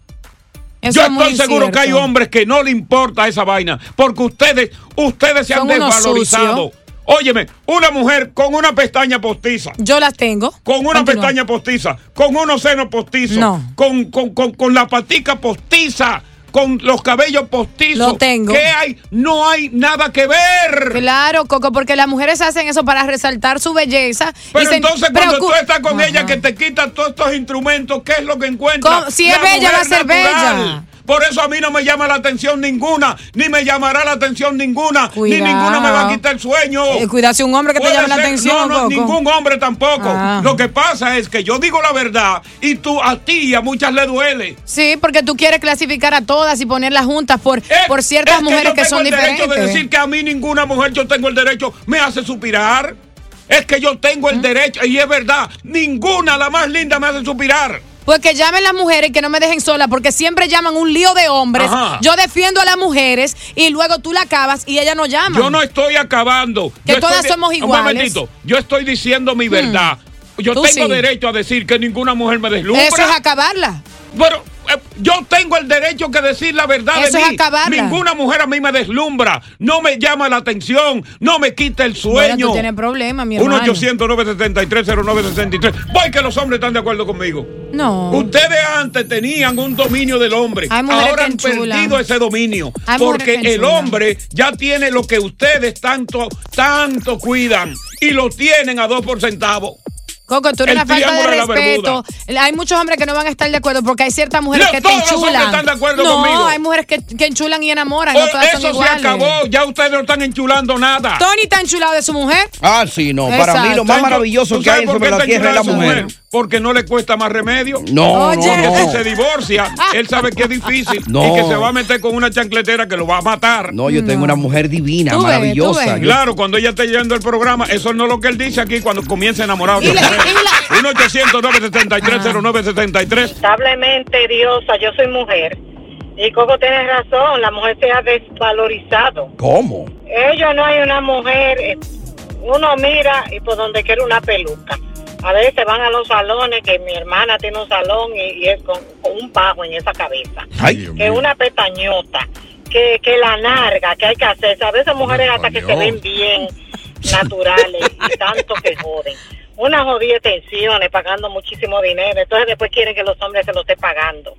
Eso yo es estoy seguro cierto. que hay hombres que no le importa esa vaina, porque ustedes, ustedes se son han desvalorizado. Óyeme, una mujer con una pestaña postiza. Yo las tengo. Con una Continúa. pestaña postiza, con unos senos postizos. No. Con, con, con, con la patica postiza, con los cabellos postizos. Lo tengo. ¿Qué hay? No hay nada que ver. Claro, Coco, porque las mujeres hacen eso para resaltar su belleza. Pero se, entonces cuando preocup- tú estás con Ajá. ella que te quita todos estos instrumentos, ¿qué es lo que encuentras? Con, si es bella, va a ser natural. bella. Por eso a mí no me llama la atención ninguna, ni me llamará la atención ninguna, Cuidado. ni ninguna me va a quitar el sueño. Eh, cuidado si un hombre que te llame la ser, atención. No, no, Coco. ningún hombre tampoco. Ah. Lo que pasa es que yo digo la verdad y tú a ti y a muchas le duele. Sí, porque tú quieres clasificar a todas y ponerlas juntas por, es, por ciertas es que mujeres yo que son diferentes. Yo tengo el diferentes. derecho de decir que a mí ninguna mujer, yo tengo el derecho, me hace suspirar. Es que yo tengo el ¿Mm? derecho, y es verdad, ninguna, la más linda, me hace suspirar. Pues que llamen las mujeres y que no me dejen sola, porque siempre llaman un lío de hombres. Ajá. Yo defiendo a las mujeres y luego tú la acabas y ella no llama. Yo no estoy acabando. Que yo todas estoy, somos iguales. Un momentito, yo estoy diciendo mi verdad. Hmm. Yo Tú tengo sí. derecho a decir que ninguna mujer me deslumbra. Eso es acabarla. Bueno, eh, yo tengo el derecho que decir la verdad Eso de es mí. acabarla. Ninguna mujer a mí me deslumbra, no me llama la atención, no me quita el sueño. Bueno, tú tienes problemas, mi hermano. uno ochocientos, nueve setenta y tres, cero nueve sesenta y tres. Voy que los hombres están de acuerdo conmigo. No. Ustedes antes tenían un dominio del hombre. Ahora han perdido ese dominio. Hay porque el enchulan. hombre ya tiene lo que ustedes tanto, tanto cuidan. Y lo tienen a dos por centavo. Coco, tú eres El una falta de triángulo de la respeto. Hay muchos hombres que no van a estar de acuerdo porque hay ciertas mujeres No, que te todos los enchulan. hombres están de acuerdo no, conmigo. hay mujeres que, que enchulan y enamoran. Oh, No todas son eso se iguales. acabó. Ya ustedes no están enchulando nada. Tony está enchulado de su mujer. Ah, sí, no. Exacto. Para mí lo más maravilloso que hay sobre la tierra es la mujer. Porque no le cuesta más remedio. No, Oye. Porque no, si no. se divorcia, él sabe que es difícil No. y que se va a meter con una chancletera que lo va a matar. No, yo tengo No. una mujer divina, Tú ves, maravillosa. tú ves. Yo- Claro, cuando ella esté yendo el programa, eso no es lo que él dice aquí cuando comienza enamorado. Y la- y la- uno ochocientos, nueve setenta y tres, cero nueve setenta y tres. Lamentablemente, diosa, yo soy mujer. Y Coco tiene razón, la mujer se ha desvalorizado. ¿Cómo? Ellos no hay una mujer, eh, uno mira y por donde quiere una peluca. A veces van a los salones, que mi hermana tiene un salón y, y es con, con un pajo en esa cabeza. Ay, que una pestañota, que, que la narga, que hay que hacerse. A veces mujeres hasta que se ven bien naturales y tanto que joden. Una jodida tensiones, pagando muchísimo dinero. Entonces después quieren que los hombres se lo estén pagando.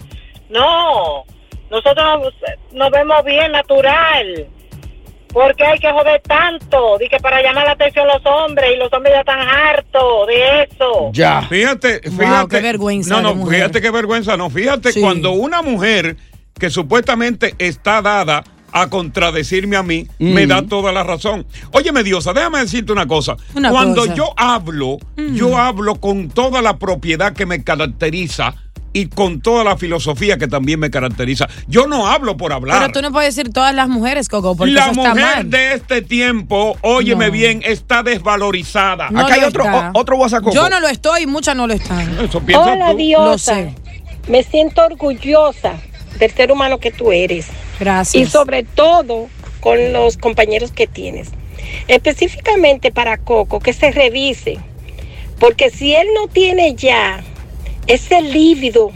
No, nosotros nos, nos vemos bien natural. ¿Por qué hay que joder tanto? Di que para llamar la atención a los hombres, y los hombres ya están hartos de eso. Ya. Fíjate, fíjate. Wow, qué vergüenza No, de no, mujer. fíjate qué vergüenza. No, fíjate, Sí. cuando una mujer que supuestamente está dada a contradecirme a mí, Mm. me da toda la razón. Óyeme, Diosa, déjame decirte una cosa. Una Cuando cosa. yo hablo, Mm. yo hablo con toda la propiedad que me caracteriza y con toda la filosofía que también me caracteriza. Yo no hablo por hablar. Pero tú no puedes decir todas las mujeres, Coco, porque La eso está mujer mal. de este tiempo, óyeme No. bien, está desvalorizada. No Acá hay lo otro, está. o- otro WhatsApp. Yo no lo estoy y muchas no lo están. Eso piensas Hola, tú. Diosa. Lo sé. Me siento orgullosa del ser humano que tú eres. Gracias. Y sobre todo con los compañeros que tienes. Específicamente para Coco, que se revise. Porque si él no tiene ya ese líbido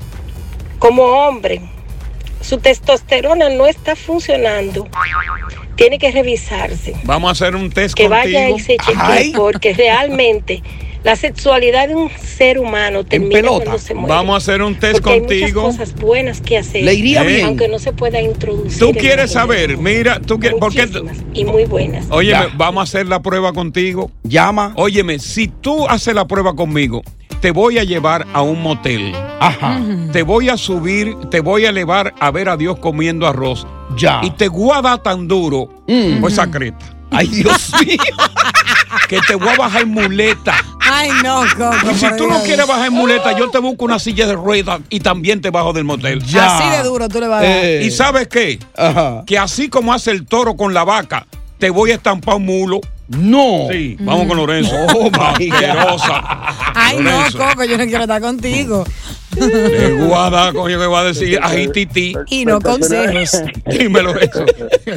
como hombre, su testosterona no está funcionando. tiene que revisarse. Vamos a hacer un test que contigo. vaya y se chequee, porque realmente la sexualidad de un ser humano termina cuando se muere. Vamos a hacer un test porque contigo. Hay muchas cosas buenas que hacer. Le iría bien. Aunque no se pueda introducir. Tú quieres saber, mira, tú quieres, ¿por qué? Y muy buenas. Óyeme, vamos a hacer la prueba contigo. Llama. Óyeme, si tú haces la prueba conmigo, te voy a llevar a un motel. Ajá. Te voy a subir, te voy a elevar a ver a Dios comiendo arroz. Ya. Y te voy a dar tan duro, Mm. pues esa creta. Ay, Dios mío. Que te voy a bajar en muleta. Ay, no, Coco. Y si por tú no Dios. quieres bajar en muleta, yo te busco una silla de ruedas y también te bajo del motel. Así de duro tú le vas a dar. ¿Y sabes qué? Ajá. Que así como hace el toro con la vaca, te voy a estampar un mulo. No. Sí, vamos con Lorenzo. Oh, my God. Asquerosa. Ay, Lorenzo. no, Coco, yo no quiero estar contigo. Le voy a dar, coño, que va a decir ajititi. Y no consejos. Dímelo eso.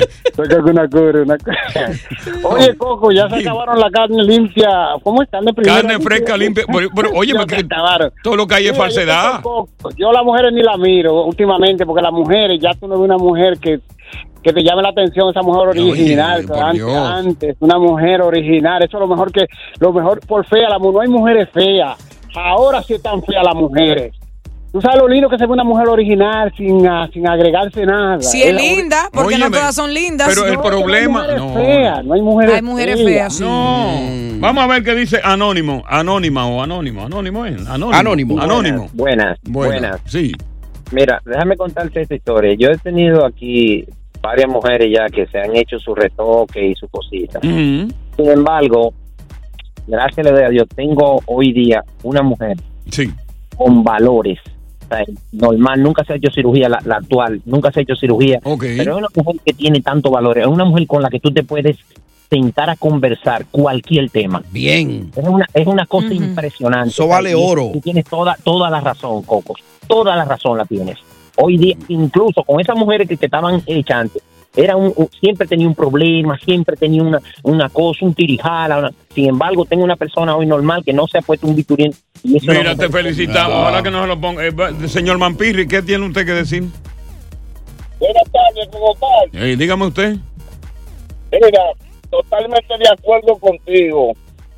Una cura, una cura. Oye, Coco, ya se acabaron la carne limpia. ¿Cómo es? Carne primera. Carne fresca, limpia. Pero, pero, oye, Ya porque se acabaron. todo lo que hay es Mira, yo falsedad. estoy con Coco. Yo a las mujeres ni la miro últimamente, porque las mujeres, ya tú no ves una mujer que, que te llame la atención, esa mujer original, Oye, que por antes, Dios. antes, una mujer original. Eso es lo mejor que, lo mejor por fea, la, mu- no hay mujeres feas. Ahora sí están feas las mujeres. Tú sabes lo lindo que se ve una mujer original sin, ah, sin agregarse nada. Si es la- linda, porque Óyeme, no todas son lindas. pero el No, problema- No hay no. mujeres feas, no hay mujeres Hay mujeres feas, sí. No. Vamos a ver qué dice Anónimo. Anónima o Anónimo. Anónimo es. Anónimo. Anónimo. Anónimo. Buenas, Bueno, buenas. Sí. Mira, déjame contarte esta historia. Yo he tenido aquí varias mujeres ya que se han hecho su retoque y su cosita. Ujú. Sin embargo, gracias a Dios, tengo hoy día una mujer Sí. con valores. O sea, normal, nunca se ha hecho cirugía, la, la actual, nunca se ha hecho cirugía. Ok. Pero es una mujer que tiene tanto valores. Es una mujer con la que tú te puedes sentar a conversar cualquier tema. Bien. Es una, es una cosa impresionante. Eso vale Y oro. Tú tienes toda, toda la razón, Coco. Toda la razón la tienes. Hoy día, incluso con esas mujeres que te estaban hechas antes, era un, un- siempre tenía un problema, siempre tenía una, una cosa, un tirijala. una- sin embargo, tengo una persona hoy normal que no se ha puesto un bisturí. Y eso Mira, no- te felicitamos. Ojalá que no se lo ponga. Eh, va- señor Mampirri, ¿qué tiene usted que decir? Buenas tardes, ¿cómo estás? Eh, dígame usted. Mira, totalmente de acuerdo contigo.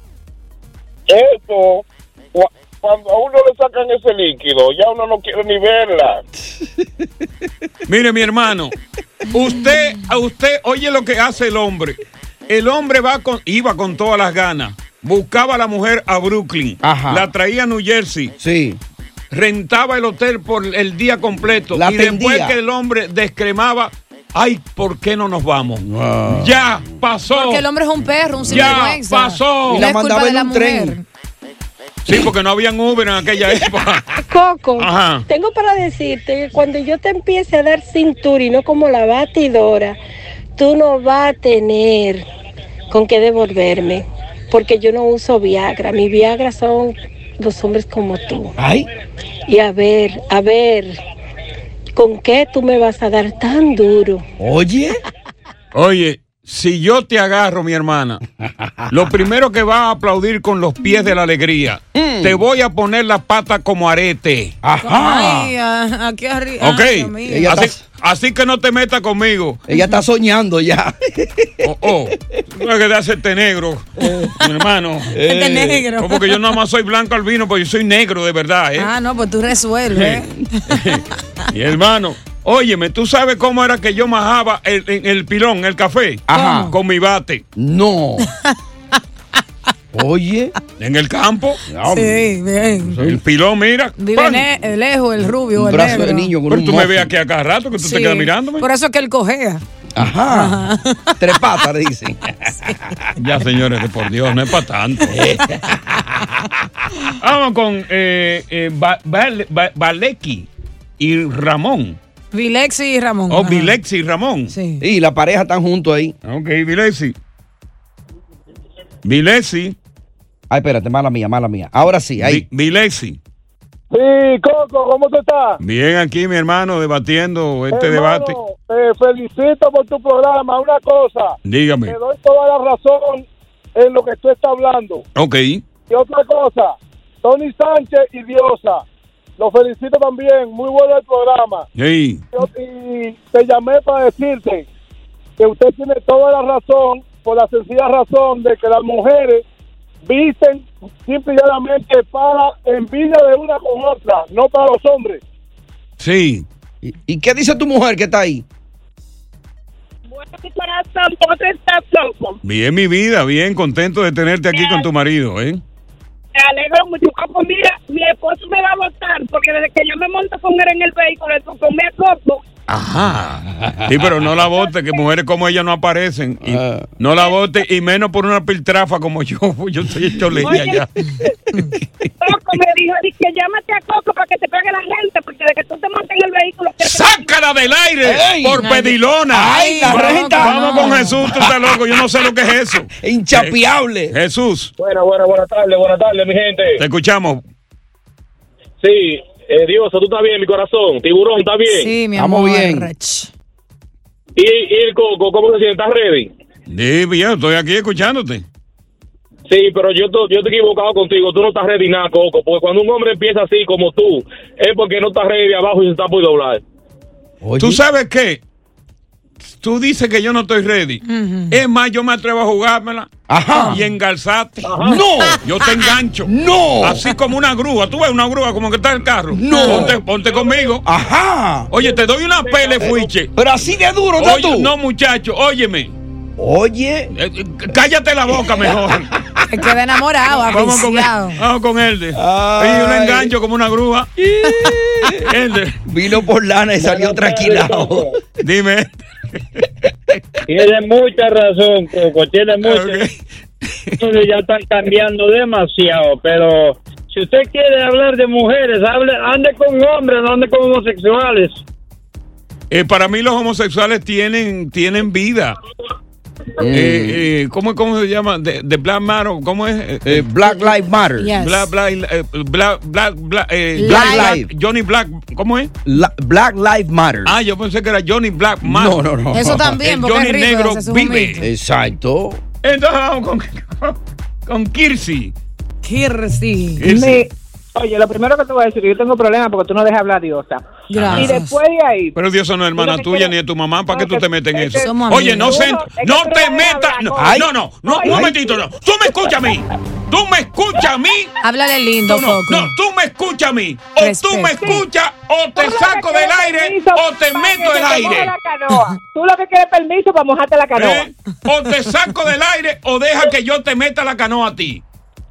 Eso, cu- cuando a uno le sacan ese líquido, ya uno no quiere ni verla. Mire, mi hermano, usted, a usted, oye lo que hace el hombre. El hombre va con, iba con todas las ganas, buscaba a la mujer a Brooklyn, Ajá. la traía a New Jersey, Sí. rentaba el hotel por el día completo La y después atendía. que el hombre descremaba, ay, ¿por qué no nos vamos? Wow. Ya pasó. Porque el hombre es un perro, un Ya sinvergüenza. pasó. Y Y no la es culpa mandaba de en la un mujer. tren. Sí, porque no habían Uber en aquella época. Coco, Ajá. tengo para decirte que cuando yo te empiece a dar cintura y no como la batidora, tú no vas a tener con qué devolverme, porque yo no uso Viagra. Mi Viagra son los hombres como tú. Ay. Y a ver, a ver, ¿con qué tú me vas a dar tan duro? Oye. Oye, si yo te agarro, mi hermana, lo primero que vas a aplaudir con los pies de la alegría, te voy a poner la pata como arete. Ajá. Ay, ah, aquí arriba. Ok, Ay, Dios mío. Ella así, está- así que no te metas conmigo. Ella está soñando ya. Oh, oh, no es que de hacerte negro, mi hermano. Este negro. No, porque yo nada más soy blanco al vino, porque yo soy negro de verdad, ¿eh? Ah, no, pues tú resuelves. Mi hermano, óyeme, ¿tú sabes cómo era que yo majaba el, el, el pilón, el café? Ajá. Con mi bate. No. Oye. En el campo. Sí, bien. El pilón, mira. Vive ¡pam! ne- lejos, el rubio, Un el brazo negro. de niño con Pero un tú me muffin. ves aquí a cada rato que tú Sí, te quedas mirándome. Por eso es que él cojea. Ajá. Tres patas, le dicen. Ya, señores, de por Dios, no es para tanto. Vamos con eh, eh, Ba- Ba- Ba- Baleki y Ramón. Vilexi y Ramón. Oh, Ajá. Vilexi y Ramón. Sí. Y la pareja están juntos ahí. Ok, Vilexi. Vilexi. Ay, espérate, mala mía, mala mía. Ahora sí, ahí. Vi- Vilexi. Sí, Coco, ¿cómo tú estás? Bien aquí, mi hermano, debatiendo este Hermano, debate. te felicito por tu programa. Una cosa, Dígame. te doy toda la razón en lo que tú estás hablando. Ok. Y otra cosa, Tony Sánchez y Diosa, lo felicito también, muy bueno el programa. Sí. Yo- y te llamé para decirte que usted tiene toda la razón, por la sencilla razón de que las mujeres visten simple y llanamente para envidia de una con otra, no para los hombres. Sí. ¿Y, y qué dice tu mujer que está ahí? Bueno, mi corazón, ¿cómo te estás, loco? Bien, mi vida, bien, contento de tenerte aquí con tu marido, ¿eh? Me alegro mucho. Coco, mira, mi esposo me va a votar porque desde que yo me monto con él en el vehículo, el Coco me Coco. Ajá. Sí, pero no la vote, que mujeres como ella no aparecen. Y no la vote, y menos por una piltrafa como yo. Yo estoy hecho leña ya. Coco me dijo, que llámate a Coco para que te pegue la renta, porque desde que tú te montes en el vehículo... ¡Sácala del aire! ¡Ey! ¡Por pedilona! ¡Ay, la renta! Vamos con Jesús, tú estás loco. Yo no sé lo que es eso. Inchapeable. Eh, Jesús. Bueno, bueno, buenas tardes, buenas tardes, mi gente. Te escuchamos. Sí, eh, Dios, tú estás bien, mi corazón. Tiburón, ¿está bien? Sí, mi Estamos amor. bien. ¿Y, y el Coco, cómo se siente? ¿Estás ready? Sí, bien, estoy aquí escuchándote. Sí, pero yo, to- yo estoy equivocado contigo. Tú no estás ready nada, Coco. Porque cuando un hombre empieza así como tú, es porque no estás ready de abajo y se está por doblar. ¿Tú sabes qué? Tú dices que yo no estoy ready. Ujú. Es más, yo me atrevo a jugármela. Ajá. Y engalzarte. ¡No! Yo te engancho. ¡No! Así como una grúa. Tú ves una grúa como que está en el carro. ¡No! Ponte, ponte conmigo. Ajá. Oye, te doy una pele fuiche. Pero así de duro, ¿no Oye, tú? no, muchacho, óyeme. Oye. Eh, eh, cállate la boca mejor. Se queda enamorado, Vamos con, aficiado. vamos con él. de. Ay. Y un engancho como una grúa. Él de. Vino por lana y salió tranquilado. Dime. Tiene mucha razón, Coco. Tiene mucha. Ok. Ustedes ya están cambiando demasiado, pero si usted quiere hablar de mujeres, hable, ande con hombres, no ande con homosexuales. Eh, para mí los homosexuales tienen, tienen vida. Mm. Eh, eh, ¿cómo, ¿Cómo se llama? De, de Black Matter, ¿cómo es? Eh, Eh, Black Lives Matter. Yes. Black, Black, eh, Black, Black, Black, eh, Black Black- Lives. Johnny Black, ¿cómo es? La- Black Lives Matter. Ah, yo pensé que era Johnny Black Matter. No, no, no. Eso también, El porque Johnny es rico, Negro ese es un vive. mito. Exacto. Entonces vamos con, con, con Kirsi. Kirsi. Kirsi. Oye, lo primero que te voy a decir, yo tengo problemas porque tú no dejas hablar a Diosa. Gracias. Y después de ahí... Pero Dios no es hermana Tú lo que tuya quieres- ni de tu mamá, ¿para No, qué tú que- te metes en es eso? que- Somos Oye, no, amigos. se, Tú no- no es que tú no te dejas metas. hablar, No, Ay. no, no, no, Ay. un momentito, no. Tú me escuchas a mí. Tú me escuchas a mí. Háblale lindo, Tú no, Coco. no, tú me escuchas a mí. O Respeto. tú me escuchas, o te Tú lo que saco del quieres aire, permiso o te para meto que el se te aire. moje la canoa. Tú lo que quieres permiso para mojarte la canoa. ¿Eh? O te saco del aire, o deja que yo te meta la canoa a ti.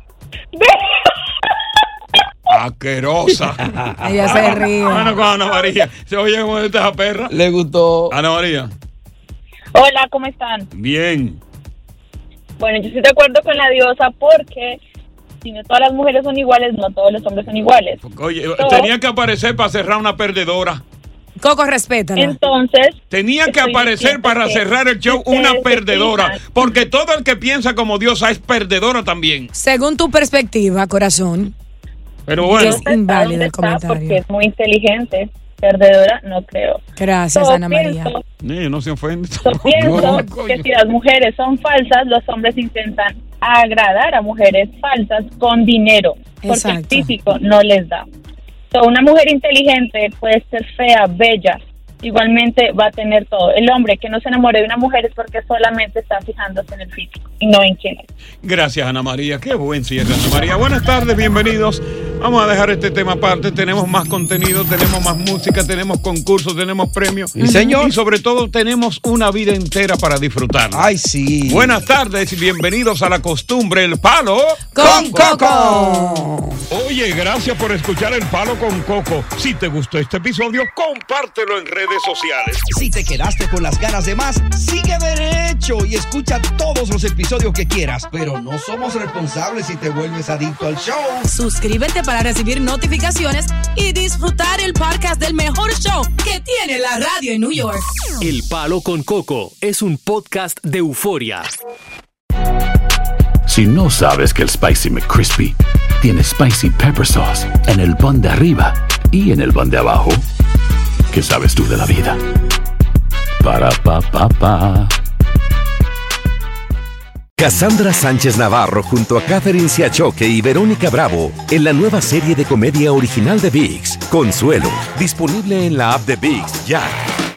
Asquerosa. Ella se ríe. Bueno, con Ana María. Se oye cómo está esa perra. Le gustó. Ana María. Hola, ¿cómo están? Bien. Bueno, yo estoy de acuerdo con la Diosa porque si no todas las mujeres son iguales, no todos los hombres son iguales. Oye, So, tenía que aparecer para cerrar una perdedora. Coco, respétala. Entonces, Tenía que estoy aparecer diciendo para que cerrar el show ustedes una se perdedora. fijan. Porque todo el que piensa como diosa es perdedora también. Según tu perspectiva, corazón. Pero bueno. Es inválido ¿dónde el está? comentario. Porque es muy inteligente. Perdedora, no creo. Gracias, So, Ana María. pienso- Eh, no se ofende. so, pienso No, que coño. si las mujeres son falsas, los hombres intentan agradar a mujeres falsas con dinero. Porque Exacto. el físico no les da. So, una mujer inteligente puede ser fea, bella. Igualmente va a tener todo. El hombre que no se enamore de una mujer es porque solamente está fijándose en el físico y no en quién es. Gracias, Ana María. Qué buen cierre, Ana María. Buenas tardes, bienvenidos. Vamos a dejar este tema aparte. Tenemos más contenido, tenemos más música, tenemos concursos, tenemos premios. Sí, señor. Y sobre todo tenemos una vida entera para disfrutar. Ay, sí. Buenas tardes y bienvenidos a la costumbre El Palo Con Coco. Oye, gracias por escuchar El Palo con Coco. Si te gustó este episodio, compártelo en redes sociales. Si te quedaste con las ganas de más, sigue derecho y escucha todos los episodios que quieras. Pero no somos responsables si te vuelves adicto al show. Suscríbete para recibir notificaciones y disfrutar el podcast del mejor show que tiene la radio en New York. El Palo con Coco es un podcast de euforia. Si no sabes que el Spicy McCrispy tiene Spicy Pepper Sauce en el pan de arriba y en el pan de abajo, ¿qué sabes tú de la vida? Para, pa, pa, pa. Cassandra Sánchez Navarro junto a Catherine Siachoque y Verónica Bravo en la nueva serie de comedia original de ViX, Consuelo, disponible en la app de ViX ya.